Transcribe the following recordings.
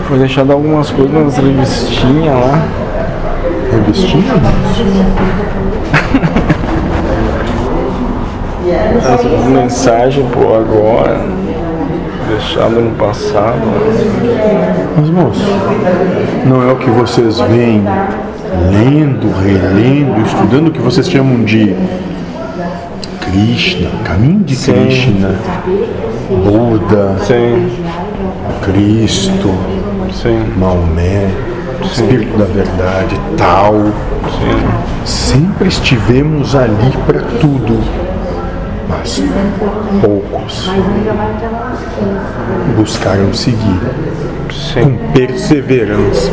Foi deixado algumas coisas nas revistinhas lá. Revistinha? As mensagens por agora, deixado no passado. Mas, moço, não é o que vocês veem lendo, relendo, estudando, o que vocês chamam de Krishna, caminho de Sim. Krishna, Buda, Sim, Cristo, sim, Maomé, Espírito da Verdade, Tal. sim. Sempre estivemos ali para tudo, mas poucos buscaram seguir com perseverança.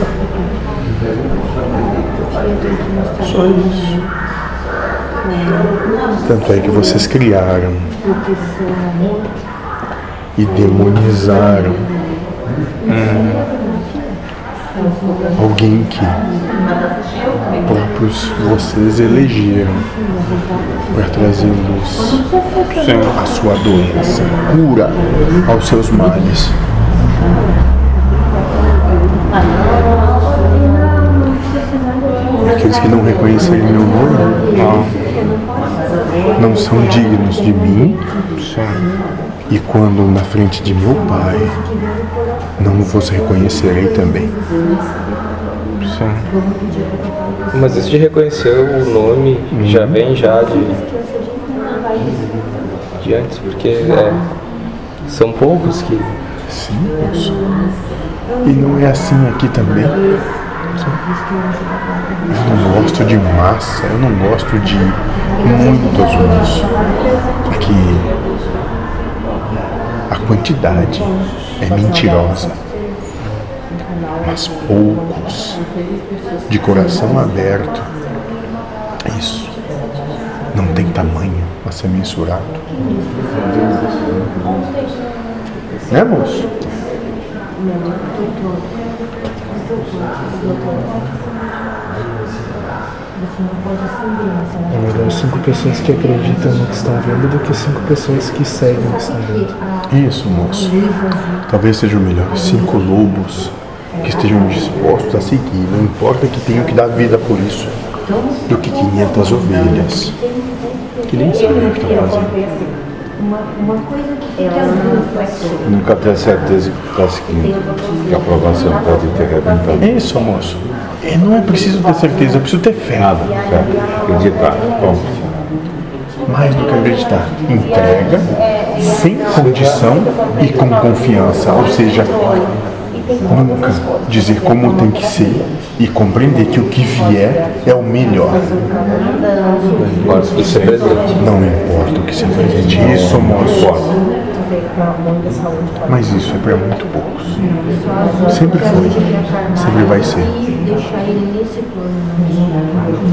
Só isso. Tanto é que vocês criaram e demonizaram alguém que próprios vocês elegeram para trazer luz à sua doença, cura aos seus males. Aqueles que não reconhecerem meu nome não são dignos de mim, e quando na frente de meu Pai não vos reconhecerei também. Sim. Mas isso de reconhecer o nome já vem já de antes, porque são poucos que... Sim, moço. E não é assim aqui também. Eu não gosto de massa, eu não gosto de muitos, moço. Aqui a quantidade é mentirosa, mas poucos de coração aberto, isso não tem tamanho a ser mensurado. Né, moço? É melhor 5 pessoas que acreditam no que estão vendo do que 5 pessoas que seguem o que estão vendo. Isso, moço. Talvez seja o melhor 5 lobos que estejam dispostos a seguir, não importa que tenham que dar vida por isso, do que 500 ovelhas que nem sabem o que estão fazendo. Nunca ter certeza que está seguindo, que a aprovação pode ter arrebentado. Isso, moço. E não é preciso ter certeza, é preciso ter fé. Nada, certo? Acreditar, ponto. Mais do que acreditar. Entrega, sem condição e com confiança. Ou seja, nunca dizer como tem que ser e compreender que o que vier é o melhor. Isso é presente. Não importa o que se apresente. Isso, moço. Mas isso é para muito poucos. Sempre foi. Sempre vai ser.